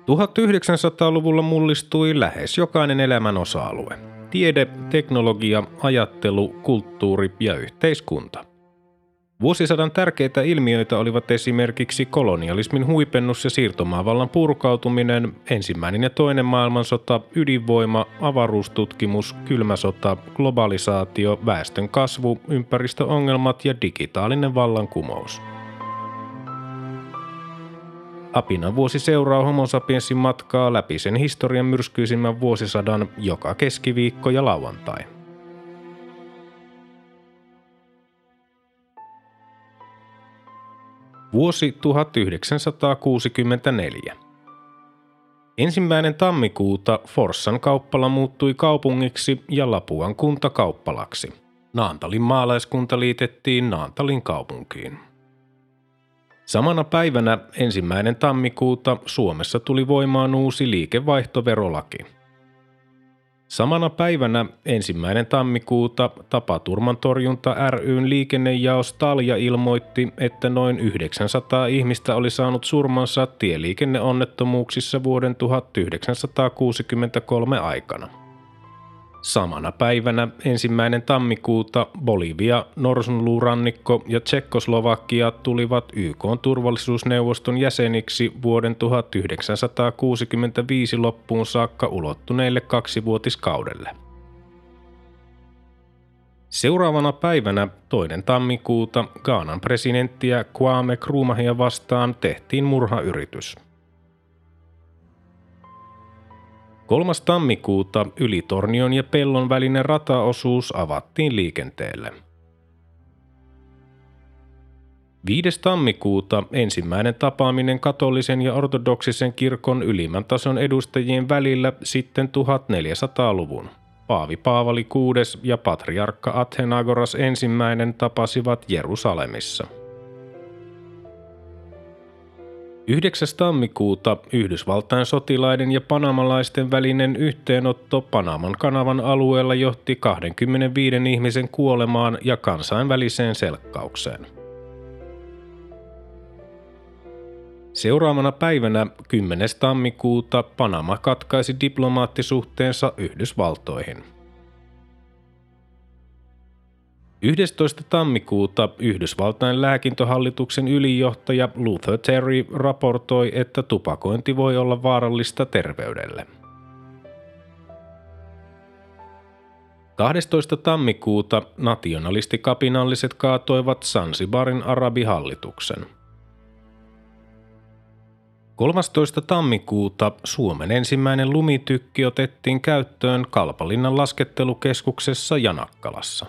1900-luvulla mullistui lähes jokainen elämän osa-alue. Tiede, teknologia, ajattelu, kulttuuri ja yhteiskunta. Vuosisadan tärkeitä ilmiöitä olivat esimerkiksi kolonialismin huipennus ja siirtomaavallan purkautuminen, ensimmäinen ja toinen maailmansota, ydinvoima, avaruustutkimus, kylmä sota, globalisaatio, väestön kasvu, ympäristöongelmat ja digitaalinen vallankumous. Apinan vuosi seuraa Homo sapiensin matkaa läpi sen historian myrskyisimmän vuosisadan joka keskiviikko ja lauantai. Vuosi 1964. 1. tammikuuta Forssan kauppala muuttui kaupungiksi ja Lapuan kunta kauppalaksi. Naantalin maalaiskunta liitettiin Naantalin kaupunkiin. Samana päivänä 1. tammikuuta Suomessa tuli voimaan uusi liikevaihtoverolaki. Samana päivänä 1. tammikuuta Tapaturman torjunta ry:n liikennejaos Talja ilmoitti, että noin 900 ihmistä oli saanut surmansa tieliikenneonnettomuuksissa vuoden 1963 aikana. Samana päivänä 1. tammikuuta Bolivia, Norsunluurannikko ja Tšekkoslovakia tulivat YK:n turvallisuusneuvoston jäseniksi vuoden 1965 loppuun saakka ulottuneelle 2-vuotiskaudelle. Seuraavana päivänä 2. tammikuuta Ghanan presidenttiä Kwame Nkrumahia vastaan tehtiin murhayritys. 3. tammikuuta Ylitornion ja Pellon välinen rataosuus avattiin liikenteelle. 5. tammikuuta ensimmäinen tapaaminen katolisen ja ortodoksisen kirkon ylimmän tason edustajien välillä sitten 1400-luvun. Paavi Paavali VI ja patriarkka Athenagoras I tapasivat Jerusalemissa. 9. tammikuuta Yhdysvaltain sotilaiden ja panamalaisten välinen yhteenotto Panaman kanavan alueella johti 25 ihmisen kuolemaan ja kansainväliseen selkkaukseen. Seuraavana päivänä 10. tammikuuta Panama katkaisi diplomaattisuhteensa Yhdysvaltoihin. 11. tammikuuta Yhdysvaltain lääkintöhallituksen ylijohtaja Luther Terry raportoi, että tupakointi voi olla vaarallista terveydelle. 12. tammikuuta nationalistikapinalliset kaatoivat Zanzibarin arabihallituksen. 13. tammikuuta Suomen ensimmäinen lumitykki otettiin käyttöön Kalpalinnan laskettelukeskuksessa Janakkalassa.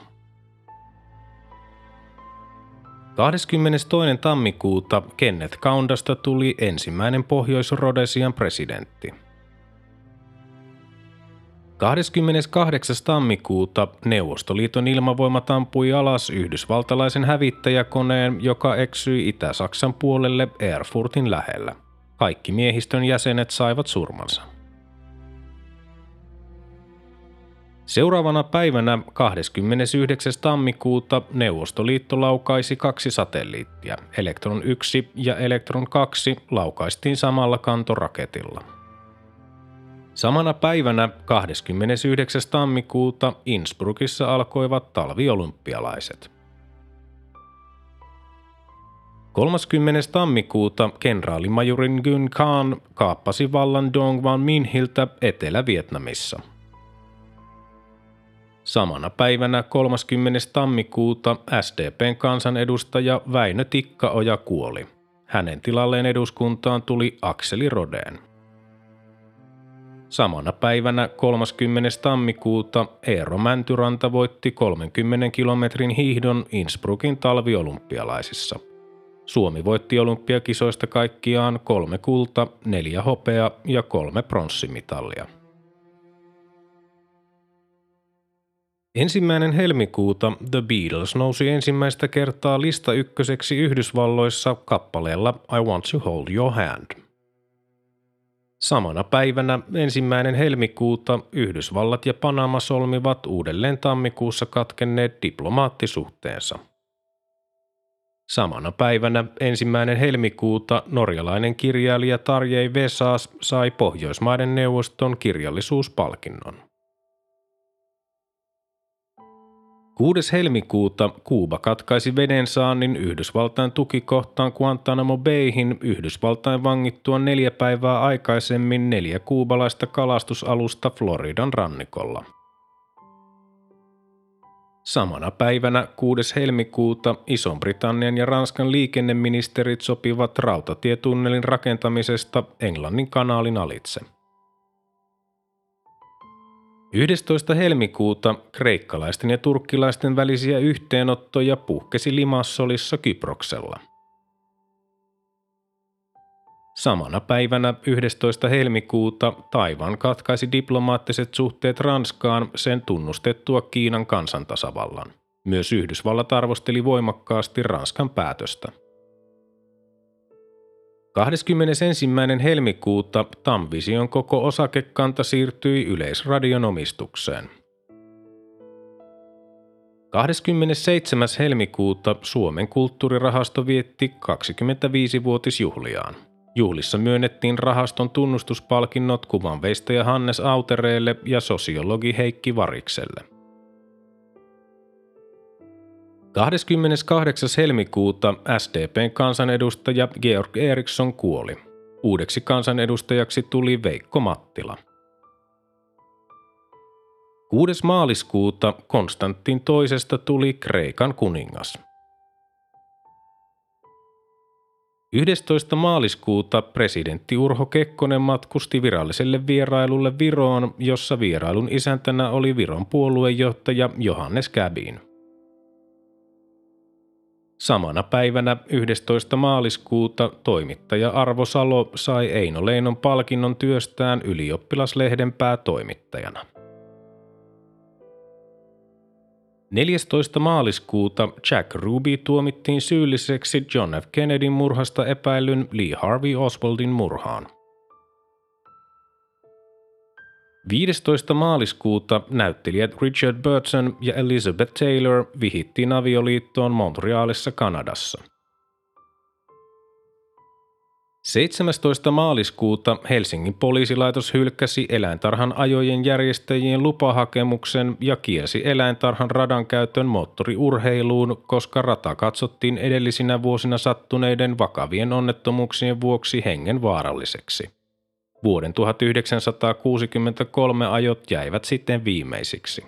22. tammikuuta Kenneth Kaundasta tuli ensimmäinen Pohjois-Rhodesian presidentti. 28. tammikuuta Neuvostoliiton ilmavoimat ampui alas yhdysvaltalaisen hävittäjäkoneen, joka eksyi Itä-Saksan puolelle Erfurtin lähellä. Kaikki miehistön jäsenet saivat surmansa. Seuraavana päivänä 29. tammikuuta Neuvostoliitto laukaisi 2 satelliittia. Elektron 1 ja Elektron 2 laukaistiin samalla kantoraketilla. Samana päivänä 29. tammikuuta Innsbruckissa alkoivat talviolympialaiset. 30. tammikuuta kenraalimajuri Nguyen Khan kaappasi vallan Dong Van Minhiltä Etelä-Vietnamissa. Samana päivänä 30. tammikuuta SDP:n kansanedustaja Väinö Tikkaoja kuoli. Hänen tilalleen eduskuntaan tuli Akseli Rodén. Samana päivänä 30. tammikuuta Eero Mäntyranta voitti 30 kilometrin hiihdon Innsbruckin talviolympialaisissa. Suomi voitti olympiakisoista kaikkiaan 3 kulta, 4 hopea ja 3 pronssimitalia. 1. helmikuuta The Beatles nousi ensimmäistä kertaa lista ykköseksi Yhdysvalloissa kappaleella I Want to Hold Your Hand. Samana päivänä 1. helmikuuta Yhdysvallat ja Panama solmivat uudelleen tammikuussa katkenneet diplomaattisuhteensa. Samana päivänä 1. helmikuuta norjalainen kirjailija Tarjei Vesaas sai Pohjoismaiden neuvoston kirjallisuuspalkinnon. 6. helmikuuta Kuuba katkaisi vedensaannin Yhdysvaltain tukikohtaan Guantanamo Bayhin Yhdysvaltain vangittua 4 päivää aikaisemmin 4 kuubalaista kalastusalusta Floridan rannikolla. Samana päivänä 6. helmikuuta Ison-Britannian ja Ranskan liikenneministerit sopivat rautatietunnelin rakentamisesta Englannin kanaalin alitse. 11. helmikuuta kreikkalaisten ja turkkilaisten välisiä yhteenottoja puhkesi Limassolissa Kyproksella. Samana päivänä 11. helmikuuta Taiwan katkaisi diplomaattiset suhteet Ranskaan sen tunnustettua Kiinan kansantasavallan. Myös Yhdysvallat arvosteli voimakkaasti Ranskan päätöstä. 21. helmikuuta Tamvision koko osakekanta siirtyi Yleisradion omistukseen. 27. helmikuuta Suomen kulttuurirahasto vietti 25-vuotisjuhliaan. Juhlissa myönnettiin rahaston tunnustuspalkinnot kuvanveistäjä Hannes Autereelle ja sosiologi Heikki Varikselle. 28. helmikuuta SDP:n kansanedustaja Georg Eriksson kuoli. Uudeksi kansanedustajaksi tuli Veikko Mattila. 6. maaliskuuta Konstantin toisesta tuli Kreikan kuningas. 11. maaliskuuta presidentti Urho Kekkonen matkusti viralliselle vierailulle Viroon, jossa vierailun isäntänä oli Viron puoluejohtaja Johannes Käbin. Samana päivänä 11. maaliskuuta toimittaja Arvo Salo sai Eino Leinon palkinnon työstään Ylioppilaslehden päätoimittajana. 14. maaliskuuta Jack Ruby tuomittiin syylliseksi John F. Kennedyn murhasta epäillyn Lee Harvey Oswaldin murhaan. 15. maaliskuuta näyttelijät Richard Burton ja Elizabeth Taylor vihittiin avioliittoon Montrealissa, Kanadassa. 17. maaliskuuta Helsingin poliisilaitos hylkäsi eläintarhan ajojen järjestäjien lupahakemuksen ja kielsi eläintarhan radan käytön moottoriurheiluun, koska rata katsottiin edellisinä vuosina sattuneiden vakavien onnettomuuksien vuoksi hengenvaaralliseksi. Vuoden 1963 ajot jäivät sitten viimeisiksi.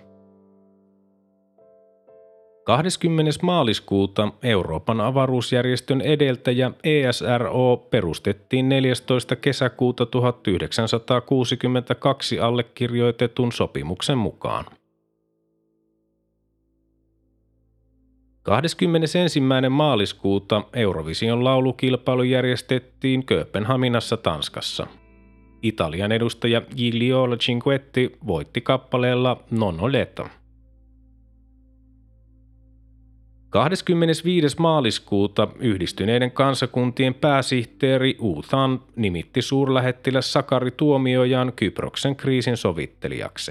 20. maaliskuuta Euroopan avaruusjärjestön edeltäjä ESRO perustettiin 14. kesäkuuta 1962 allekirjoitetun sopimuksen mukaan. 21. maaliskuuta Eurovision laulukilpailu järjestettiin Kööpenhaminassa, Tanskassa. Italian edustaja Gigliola Cinquetti voitti kappaleella Non ho letto. 25. maaliskuuta Yhdistyneiden kansakuntien pääsihteeri U Thant nimitti suurlähettiläs Sakari Tuomiojan Kyproksen kriisin sovittelijaksi.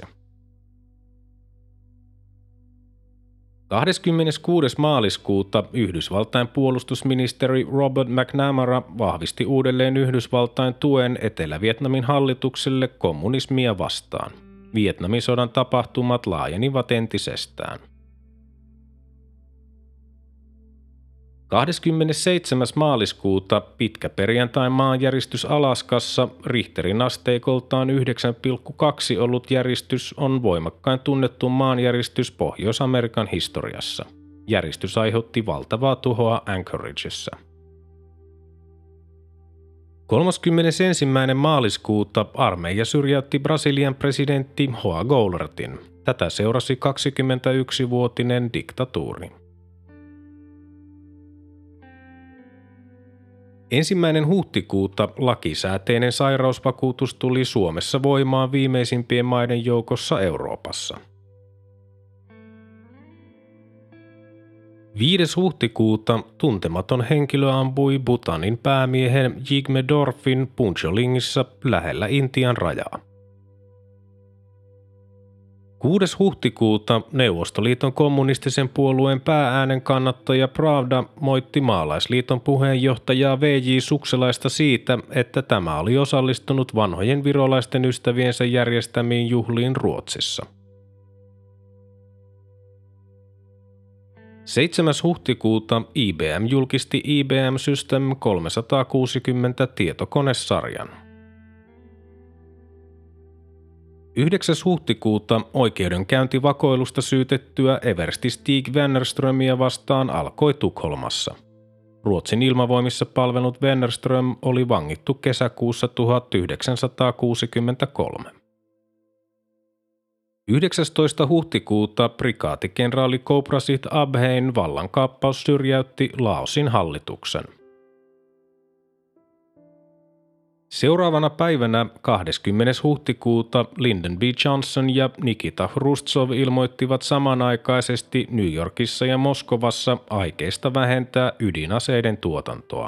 26. maaliskuuta Yhdysvaltain puolustusministeri Robert McNamara vahvisti uudelleen Yhdysvaltain tuen Etelä-Vietnamin hallitukselle kommunismia vastaan. Vietnamin sodan tapahtumat laajenivat entisestään. 27. maaliskuuta pitkäperjantain maanjäristys Alaskassa Richterin asteikoltaan 9,2 ollut järistys on voimakkain tunnettu maanjäristys Pohjois-Amerikan historiassa. Järistys aiheutti valtavaa tuhoa Anchorageissa. 31. maaliskuuta armeija syrjäytti Brasilian presidentti João Goulartin. Tätä seurasi 21-vuotinen diktatuuri. 1. huhtikuuta lakisääteinen sairausvakuutus tuli Suomessa voimaan viimeisimpien maiden joukossa Euroopassa. 5. huhtikuuta tuntematon henkilö ampui Bhutanin päämiehen Jigme Dorfin Puncholingissa lähellä Intian rajaa. 6. huhtikuuta Neuvostoliiton kommunistisen puolueen päääänen kannattaja Pravda moitti Maalaisliiton puheenjohtajaa V.J. Sukselaista siitä, että tämä oli osallistunut vanhojen virolaisten ystäviensä järjestämiin juhliin Ruotsissa. 7. huhtikuuta IBM julkisti IBM System 360 tietokonesarjan. 9. huhtikuuta oikeudenkäynti vakoilusta syytettyä eversti Stig Wennerströmiä vastaan alkoi Tukholmassa. Ruotsin ilmavoimissa palvellut Wennerström oli vangittu kesäkuussa 1963. 19. huhtikuuta prikaatikenraali Kouprasith Abhein vallankaappaus syrjäytti Laosin hallituksen. Seuraavana päivänä 20. huhtikuuta Lyndon B. Johnson ja Nikita Hrustsov ilmoittivat samanaikaisesti New Yorkissa ja Moskovassa aikeista vähentää ydinaseiden tuotantoa.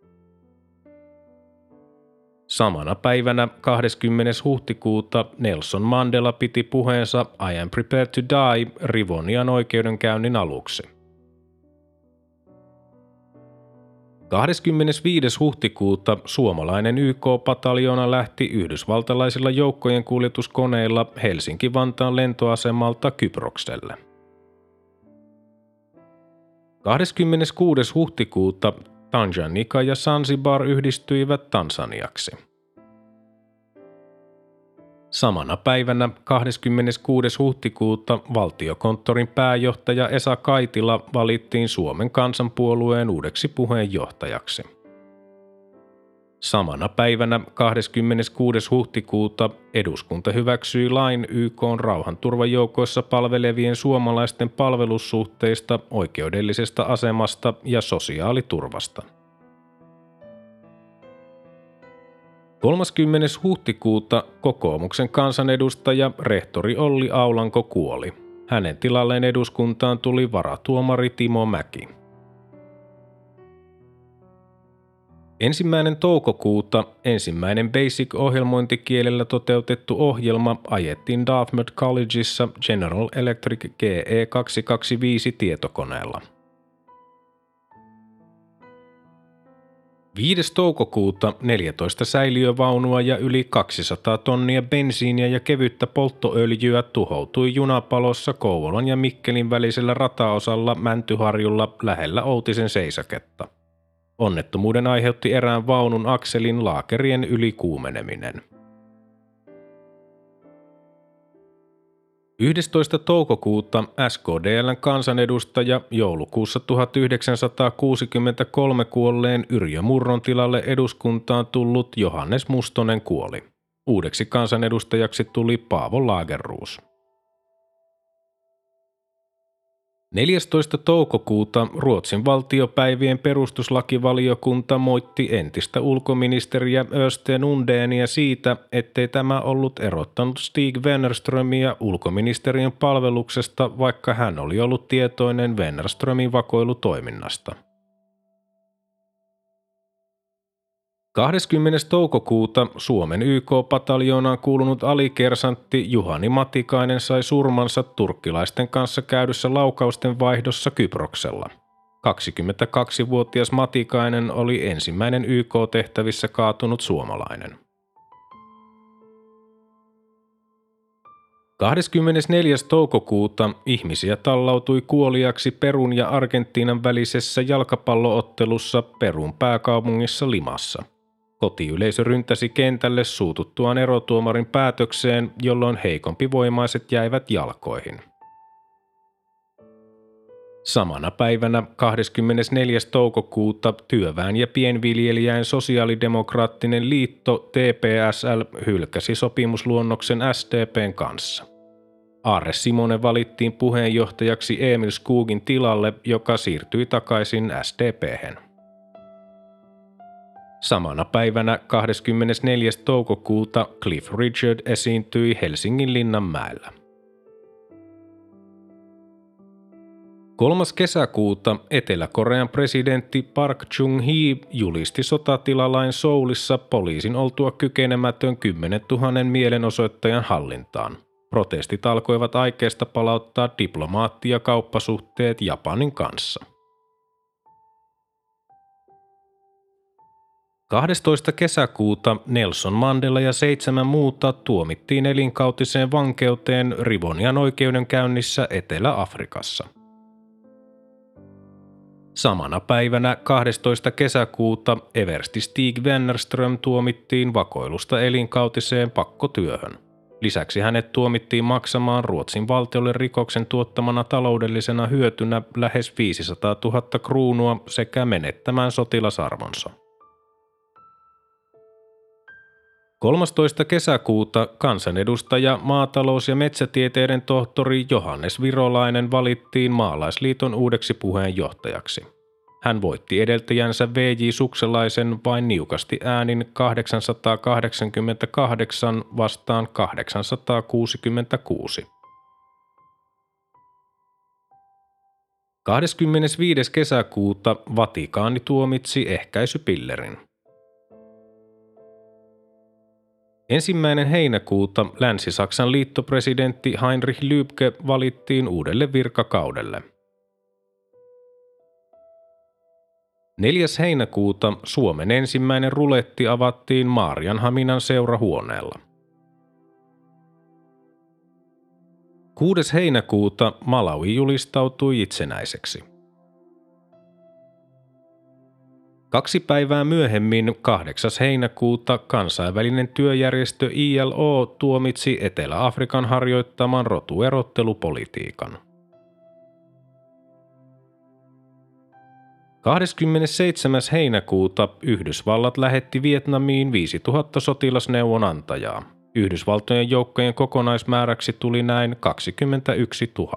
Samana päivänä 20. huhtikuuta Nelson Mandela piti puheensa I am prepared to die Rivonian oikeudenkäynnin aluksi. 25. huhtikuuta suomalainen YK-pataljoona lähti yhdysvaltalaisilla joukkojen kuljetuskoneilla Helsinki-Vantaan lentoasemalta Kyprokselle. 26. huhtikuuta Tanganyika ja Zanzibar yhdistyivät Tansaniaksi. Samana päivänä 26. huhtikuuta valtiokonttorin pääjohtaja Esa Kaitila valittiin Suomen kansanpuolueen uudeksi puheenjohtajaksi. Samana päivänä 26. huhtikuuta eduskunta hyväksyi lain YK:n rauhanturvajoukoissa palvelevien suomalaisten palvelussuhteista, oikeudellisesta asemasta ja sosiaaliturvasta. 30. huhtikuuta kokoomuksen kansanedustaja rehtori Olli Aulanko kuoli. Hänen tilalleen eduskuntaan tuli varatuomari Timo Mäki. 1. toukokuuta ensimmäinen BASIC-ohjelmointikielellä toteutettu ohjelma ajettiin Dartmouth Collegeissa General Electric GE225 tietokoneella. 5. toukokuuta 14 säiliövaunua ja yli 200 tonnia bensiiniä ja kevyttä polttoöljyä tuhoutui junapalossa Kouvolan ja Mikkelin välisellä rataosalla Mäntyharjulla lähellä Outisen seisaketta. Onnettomuuden aiheutti erään vaunun akselin laakerien ylikuumeneminen. 11. toukokuuta SKDL:n kansanedustaja joulukuussa 1963 kuolleen Yrjö Murron tilalle eduskuntaan tullut Johannes Mustonen kuoli. Uudeksi kansanedustajaksi tuli Paavo Lagerroos. 14. toukokuuta Ruotsin valtiopäivien perustuslakivaliokunta moitti entistä ulkoministeriä Östen Undénia siitä, ettei tämä ollut erottanut Stig Wennerströmiä ulkoministeriön palveluksesta, vaikka hän oli ollut tietoinen Wennerströmin vakoilutoiminnasta. 20. toukokuuta Suomen YK-pataljoonaan kuulunut alikersantti Juhani Matikainen sai surmansa turkkilaisten kanssa käydyssä laukausten vaihdossa Kyproksella. 22-vuotias Matikainen oli ensimmäinen YK-tehtävissä kaatunut suomalainen. 24. toukokuuta ihmisiä tallautui kuoliaksi Perun ja Argentiinan välisessä jalkapalloottelussa Perun pääkaupungissa Limassa. Kotiyleisö ryntäsi kentälle suututtuaan erotuomarin päätökseen, jolloin heikompivoimaiset jäivät jalkoihin. Samana päivänä 24. toukokuuta Työväen ja pienviljelijäin sosiaalidemokraattinen liitto TPSL hylkäsi sopimusluonnoksen SDP:n kanssa. Aarre Simonen valittiin puheenjohtajaksi Emil Skogin tilalle, joka siirtyi takaisin SDP:hen. Samana päivänä 24. toukokuuta Cliff Richard esiintyi Helsingin Linnanmäellä. 3. kesäkuuta Etelä-Korean presidentti Park Chung-hee julisti sotatilalain Soulissa poliisin oltua kykenemätön 10 000 mielenosoittajan hallintaan. Protestit alkoivat aikeesta palauttaa diplomaatti- ja kauppasuhteet Japanin kanssa. 12. kesäkuuta Nelson Mandela ja 7 muuta tuomittiin elinkautiseen vankeuteen Rivonian oikeudenkäynnissä Etelä-Afrikassa. Samana päivänä 12. kesäkuuta eversti Stig Wennerström tuomittiin vakoilusta elinkautiseen pakkotyöhön. Lisäksi hänet tuomittiin maksamaan Ruotsin valtiolle rikoksen tuottamana taloudellisena hyötynä lähes 500 000 kruunua sekä menettämään sotilasarvonsa. 13. kesäkuuta kansanedustaja, maatalous- ja metsätieteiden tohtori Johannes Virolainen valittiin Maalaisliiton uudeksi puheenjohtajaksi. Hän voitti edeltäjänsä V.J. Sukselaisen vain niukasti äänin 888 vastaan 866. 25. kesäkuuta Vatikaani tuomitsi ehkäisypillerin. 1. heinäkuuta Länsi-Saksan liittopresidentti Heinrich Lübke valittiin uudelle virkakaudelle. 4. heinäkuuta Suomen ensimmäinen ruletti avattiin Maarianhaminan seurahuoneella. 6. heinäkuuta Malawi julistautui itsenäiseksi. 2 päivää myöhemmin, 8. heinäkuuta, kansainvälinen työjärjestö ILO tuomitsi Etelä-Afrikan harjoittaman rotuerottelupolitiikan. 27. heinäkuuta Yhdysvallat lähetti Vietnamiin 5000 sotilasneuvonantajaa. Yhdysvaltojen joukkojen kokonaismääräksi tuli näin 21 000.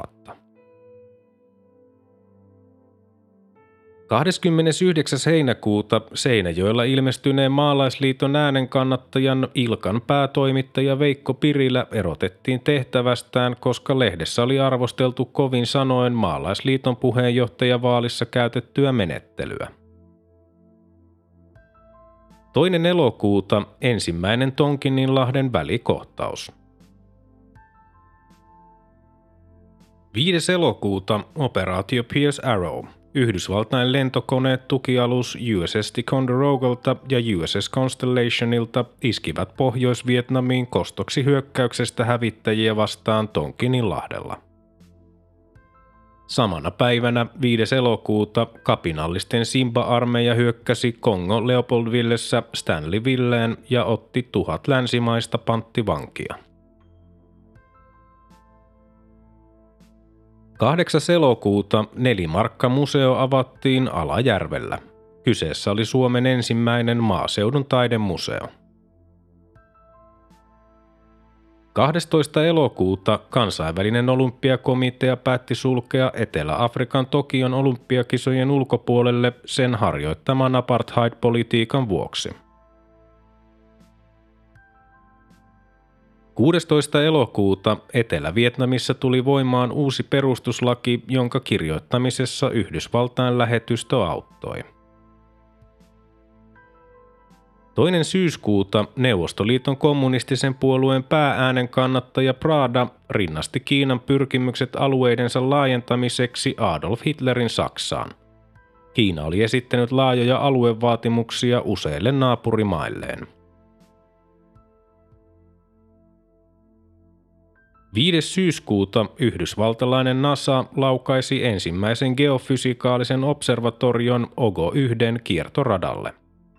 29. heinäkuuta Seinäjoella ilmestyneen Maalaisliiton äänenkannattajan Ilkan päätoimittaja Veikko Pirilä erotettiin tehtävästään, koska lehdessä oli arvosteltu kovin sanoen Maalaisliiton puheenjohtajavaalissa käytettyä menettelyä. 2. elokuuta ensimmäinen Tonkininlahden välikohtaus. 5. elokuuta operaatio Pierce Arrow. Yhdysvaltain lentokoneet tukialus USS Ticonderogalta ja USS Constellationilta iskivät Pohjois-Vietnamiin kostoksi hyökkäyksestä hävittäjiä vastaan Tonkininlahdella. Samana päivänä 5. elokuuta kapinallisten Simba-armeija hyökkäsi Kongo Leopoldvillessä Stanleyvilleen ja otti 1000 länsimaista panttivankia. 8. elokuuta Nelimarkka-museo avattiin Alajärvellä. Kyseessä oli Suomen ensimmäinen maaseudun taidemuseo. 12. elokuuta kansainvälinen olympiakomitea päätti sulkea Etelä-Afrikan Tokion olympiakisojen ulkopuolelle sen harjoittaman apartheid-politiikan vuoksi. 16. elokuuta Etelä-Vietnamissa tuli voimaan uusi perustuslaki, jonka kirjoittamisessa Yhdysvaltain lähetystö auttoi. 2. syyskuuta Neuvostoliiton kommunistisen puolueen päääänen kannattaja Prada rinnasti Kiinan pyrkimykset alueidensa laajentamiseksi Adolf Hitlerin Saksaan. Kiina oli esittänyt laajoja aluevaatimuksia useille naapurimailleen. 5. syyskuuta yhdysvaltalainen NASA laukaisi ensimmäisen geofysikaalisen observatorion OGO-1 kiertoradalle.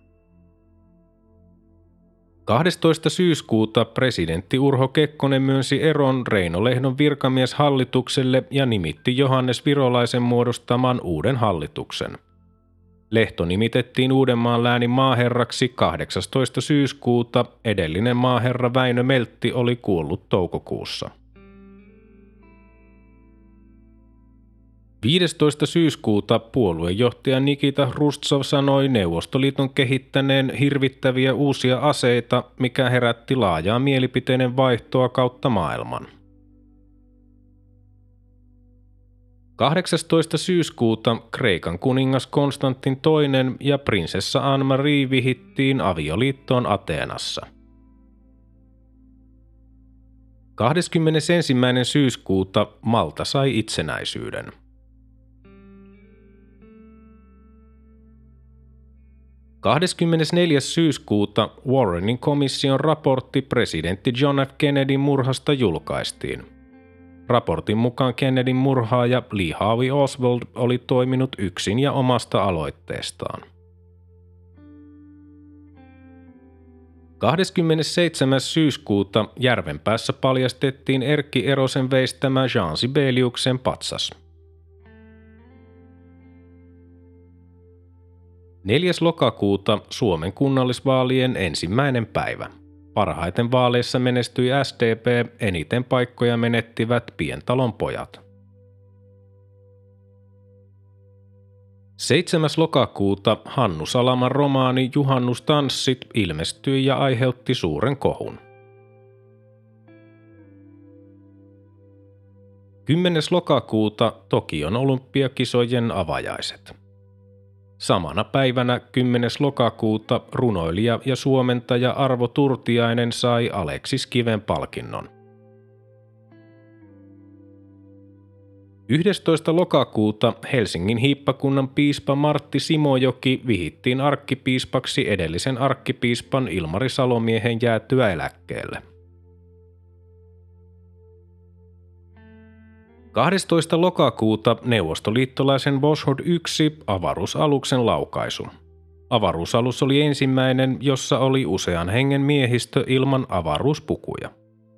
12. syyskuuta presidentti Urho Kekkonen myönsi eron Reino-Lehdon virkamieshallitukselle ja nimitti Johannes Virolaisen muodostaman uuden hallituksen. Lehto nimitettiin Uudenmaan läänin maaherraksi 18. syyskuuta, edellinen maaherra Väinö Meltti oli kuollut toukokuussa. 15. syyskuuta puoluejohtaja Nikita Hrustsov sanoi Neuvostoliiton kehittäneen hirvittäviä uusia aseita, mikä herätti laajaa mielipiteiden vaihtoa kautta maailman. 18. syyskuuta Kreikan kuningas Konstantin II ja prinsessa Anne-Marie vihittiin avioliittoon Ateenassa. 21. syyskuuta Malta sai itsenäisyyden. 24. syyskuuta Warrenin komission raportti presidentti John F. Kennedyn murhasta julkaistiin. Raportin mukaan Kennedyn murhaaja Lee Harvey Oswald oli toiminut yksin ja omasta aloitteestaan. 27. syyskuuta Järvenpäässä paljastettiin Erkki Erosen veistämä Jean Sibeliuksen patsas. 4. lokakuuta Suomen kunnallisvaalien ensimmäinen päivä. Parhaiten vaaleissa menestyi SDP, eniten paikkoja menettivät Pientalon pojat. 7. lokakuuta Hannu Salaman romaani Juhannustanssit ilmestyi ja aiheutti suuren kohun. 10. lokakuuta Tokion olympiakisojen avajaiset. Samana päivänä 10. lokakuuta runoilija ja suomentaja Arvo Turtiainen sai Aleksis Kiven palkinnon. 11. lokakuuta Helsingin hiippakunnan piispa Martti Simojoki vihittiin arkkipiispaksi edellisen arkkipiispan Ilmari Salomiehen jäätyä eläkkeelle. 12. lokakuuta neuvostoliittolaisen Voskhod 1 avaruusaluksen laukaisu. Avaruusalus oli ensimmäinen, jossa oli usean hengen miehistö ilman avaruuspukuja.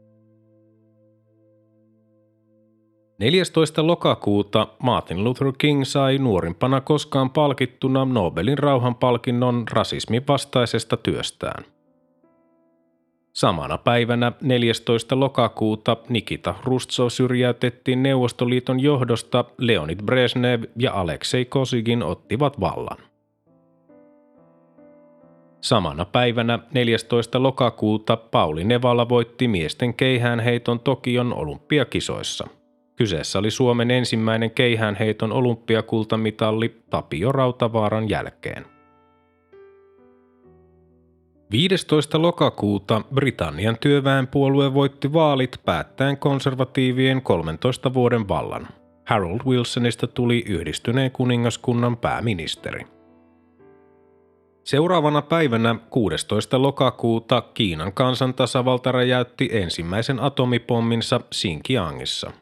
14. lokakuuta Martin Luther King sai nuorimpana koskaan palkittuna Nobelin rauhanpalkinnon rasismin vastaisesta työstään. Samana päivänä 14. lokakuuta Nikita Hrustsov syrjäytettiin Neuvostoliiton johdosta, Leonid Brezhnev ja Aleksei Kosygin ottivat vallan. Samana päivänä 14. lokakuuta Pauli Nevala voitti miesten keihäänheiton Tokion olympiakisoissa. Kyseessä oli Suomen ensimmäinen keihäänheiton olympiakultamitalli Tapio Rautavaaran jälkeen. 15. lokakuuta Britannian työväenpuolue voitti vaalit päättäen konservatiivien 13 vuoden vallan. Harold Wilsonista tuli Yhdistyneen kuningaskunnan pääministeri. Seuraavana päivänä 16. lokakuuta Kiinan kansantasavalta räjäytti ensimmäisen atomipomminsa Xinjiangissa.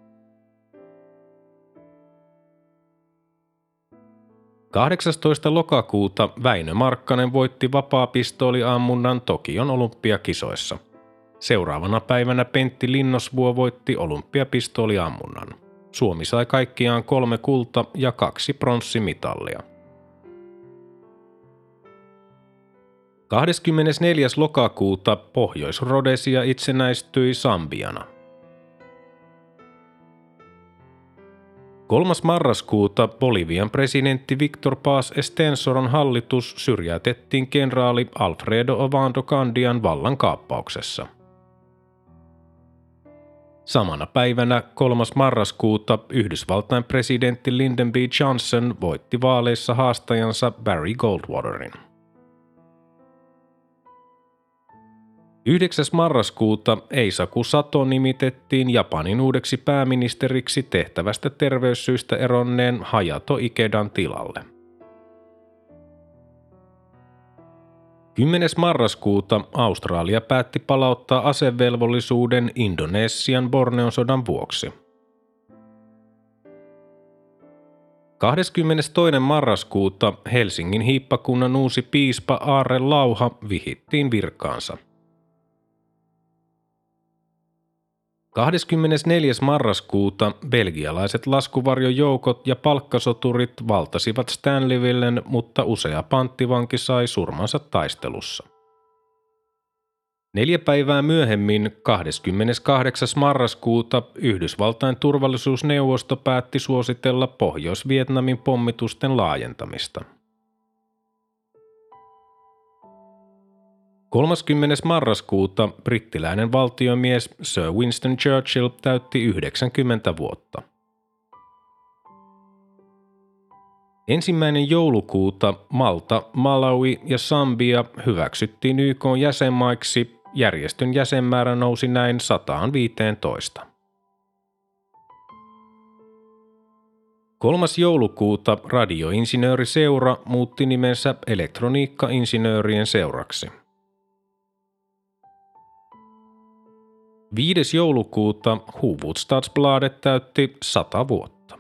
18. lokakuuta Väinö Markkanen voitti vapaapistooliammunnan Tokion olympiakisoissa. Seuraavana päivänä Pentti Linnosvuo voitti olympiapistooliammunnan. Suomi sai kaikkiaan 3 kulta- ja 2 pronssimitalia. 24. lokakuuta Pohjois-Rhodesia itsenäistyi Sambiana. 3. marraskuuta Bolivian presidentti Victor Paz Estensoron hallitus syrjäytettiin kenraali Alfredo Ovando Candian vallankaappauksessa. Samana päivänä 3. marraskuuta Yhdysvaltain presidentti Lyndon B. Johnson voitti vaaleissa haastajansa Barry Goldwaterin. 9. marraskuuta Eisaku Sato nimitettiin Japanin uudeksi pääministeriksi tehtävästä terveyssyistä eronneen Hayato Ikedan tilalle. 10. marraskuuta Australia päätti palauttaa asevelvollisuuden Indonesian Borneon sodan vuoksi. 22. marraskuuta Helsingin hiippakunnan uusi piispa Aarre Lauha vihittiin virkaansa. 24. marraskuuta belgialaiset laskuvarjojoukot ja palkkasoturit valtasivat Stanleyvillen, mutta usea panttivanki sai surmansa taistelussa. 4 päivää myöhemmin, 28. marraskuuta, Yhdysvaltain turvallisuusneuvosto päätti suositella Pohjois-Vietnamin pommitusten laajentamista. 30. marraskuuta brittiläinen valtiomies Sir Winston Churchill täytti 90 vuotta. 1. joulukuuta Malta, Malawi ja Sambia hyväksyttiin YK:n jäsenmaiksi järjestön jäsenmäärä nousi näin 115. 3. joulukuuta radioinsinööriseura muutti nimensä Elektroniikka-insinöörien seuraksi. 5. joulukuuta Hufvudstadsbladet täytti 100 vuotta.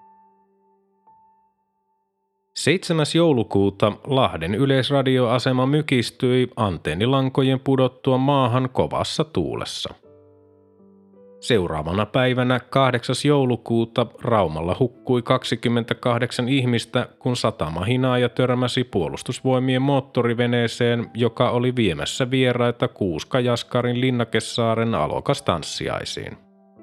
7. joulukuuta Lahden yleisradioasema mykistyi antennilankojen pudottua maahan kovassa tuulessa. Seuraavana päivänä 8. joulukuuta Raumalla hukkui 28 ihmistä, kun satamahinaaja törmäsi puolustusvoimien moottoriveneeseen, joka oli viemässä vieraita Kuuska-Jaskarin Linnakesaaren alokastanssiaisiin.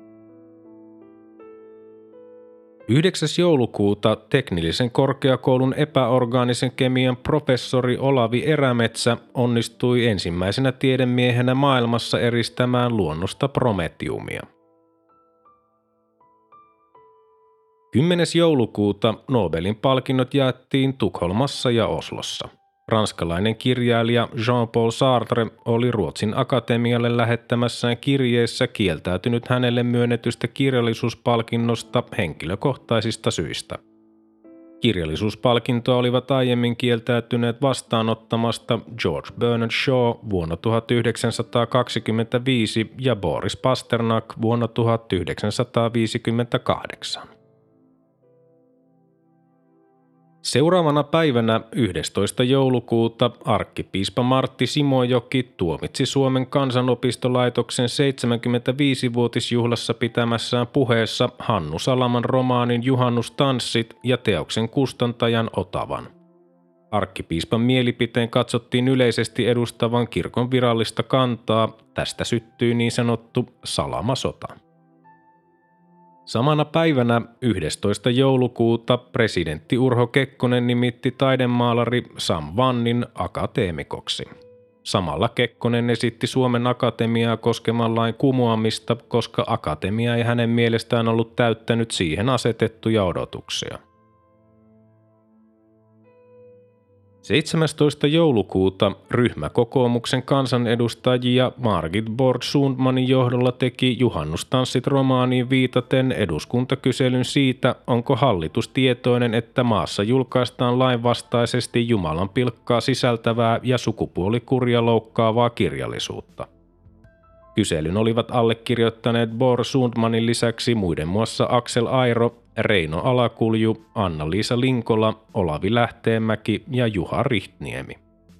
9. joulukuuta Teknillisen korkeakoulun epäorgaanisen kemian professori Olavi Erämetsä onnistui ensimmäisenä tiedemiehenä maailmassa eristämään luonnosta prometiumia. 10. joulukuuta Nobelin palkinnot jaettiin Tukholmassa ja Oslossa. Ranskalainen kirjailija Jean-Paul Sartre oli Ruotsin akatemialle lähettämässään kirjeessä kieltäytynyt hänelle myönnetystä kirjallisuuspalkinnosta henkilökohtaisista syistä. Kirjallisuuspalkintoa olivat aiemmin kieltäytyneet vastaanottamasta George Bernard Shaw vuonna 1925 ja Boris Pasternak vuonna 1958. Seuraavana päivänä 11. joulukuuta arkkipiispa Martti Simojoki tuomitsi Suomen kansanopistolaitoksen 75-vuotisjuhlassa pitämässään puheessa Hannu Salaman romaanin Juhannustanssit ja teoksen kustantajan Otavan. Arkkipiispan mielipiteen katsottiin yleisesti edustavan kirkon virallista kantaa, tästä syttyi niin sanottu salamasota. Samana päivänä 11. joulukuuta presidentti Urho Kekkonen nimitti taidemaalari Sam Vannin akateemikoksi. Samalla Kekkonen esitti Suomen Akatemiaa koskevan lain kumoamista, koska akatemia ei hänen mielestään ollut täyttänyt siihen asetettuja odotuksia. 17. joulukuuta ryhmäkokoomuksen kansanedustajia Margit Borg-Sundmanin johdolla teki Juhannustanssit romaaniin viitaten eduskuntakyselyn siitä, onko hallitus tietoinen, että maassa julkaistaan lainvastaisesti Jumalan pilkkaa sisältävää ja sukupuolikuria loukkaavaa kirjallisuutta. Kyselyn olivat allekirjoittaneet Borg-Sundmanin lisäksi muiden muassa Aksel Airo, Reino Alakulju, Anna-Liisa Linkola, Olavi Lähteenmäki ja Juha Rihtniemi.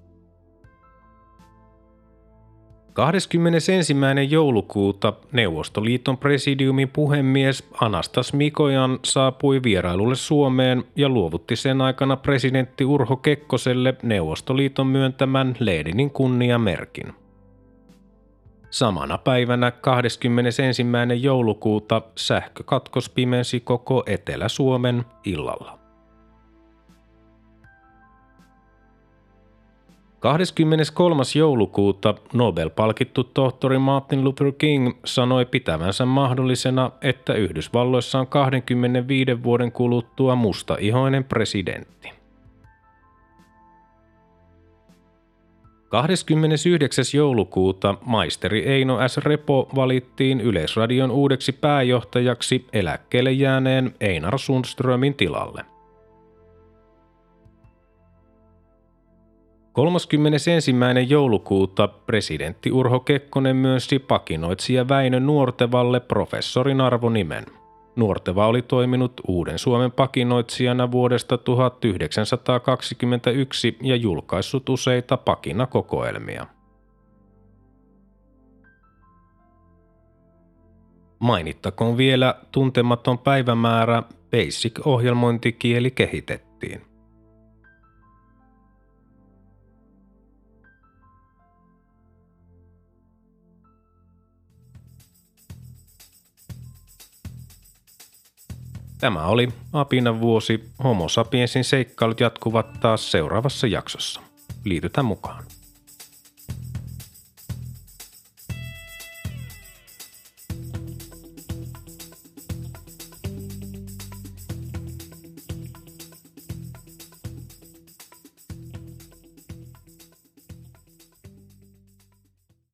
21. joulukuuta Neuvostoliiton presidiumin puhemies Anastas Mikojan saapui vierailulle Suomeen ja luovutti sen aikana presidentti Urho Kekkoselle Neuvostoliiton myöntämän Leninin kunniamerkin. Samana päivänä 21. joulukuuta sähkökatkos pimensi koko Etelä-Suomen illalla. 23. joulukuuta Nobel-palkittu tohtori Martin Luther King sanoi pitävänsä mahdollisena, että Yhdysvalloissa on 25 vuoden kuluttua mustaihoinen presidentti. 29. joulukuuta maisteri Eino S. Repo valittiin Yleisradion uudeksi pääjohtajaksi eläkkeelle jääneen Einar Sundströmin tilalle. 31. joulukuuta presidentti Urho Kekkonen myönsi pakinoitsija Väinö Nuortevalle professorin arvonimen. Nuorteva oli toiminut Uuden Suomen pakinoitsijana vuodesta 1921 ja julkaissut useita pakinakokoelmia. Mainittakoon vielä tuntematon päivämäärä BASIC-ohjelmointikieli kehitettiin. Tämä oli Apinan vuosi. Homo sapiensin seikkailut jatkuvat taas seuraavassa jaksossa. Liitytään mukaan.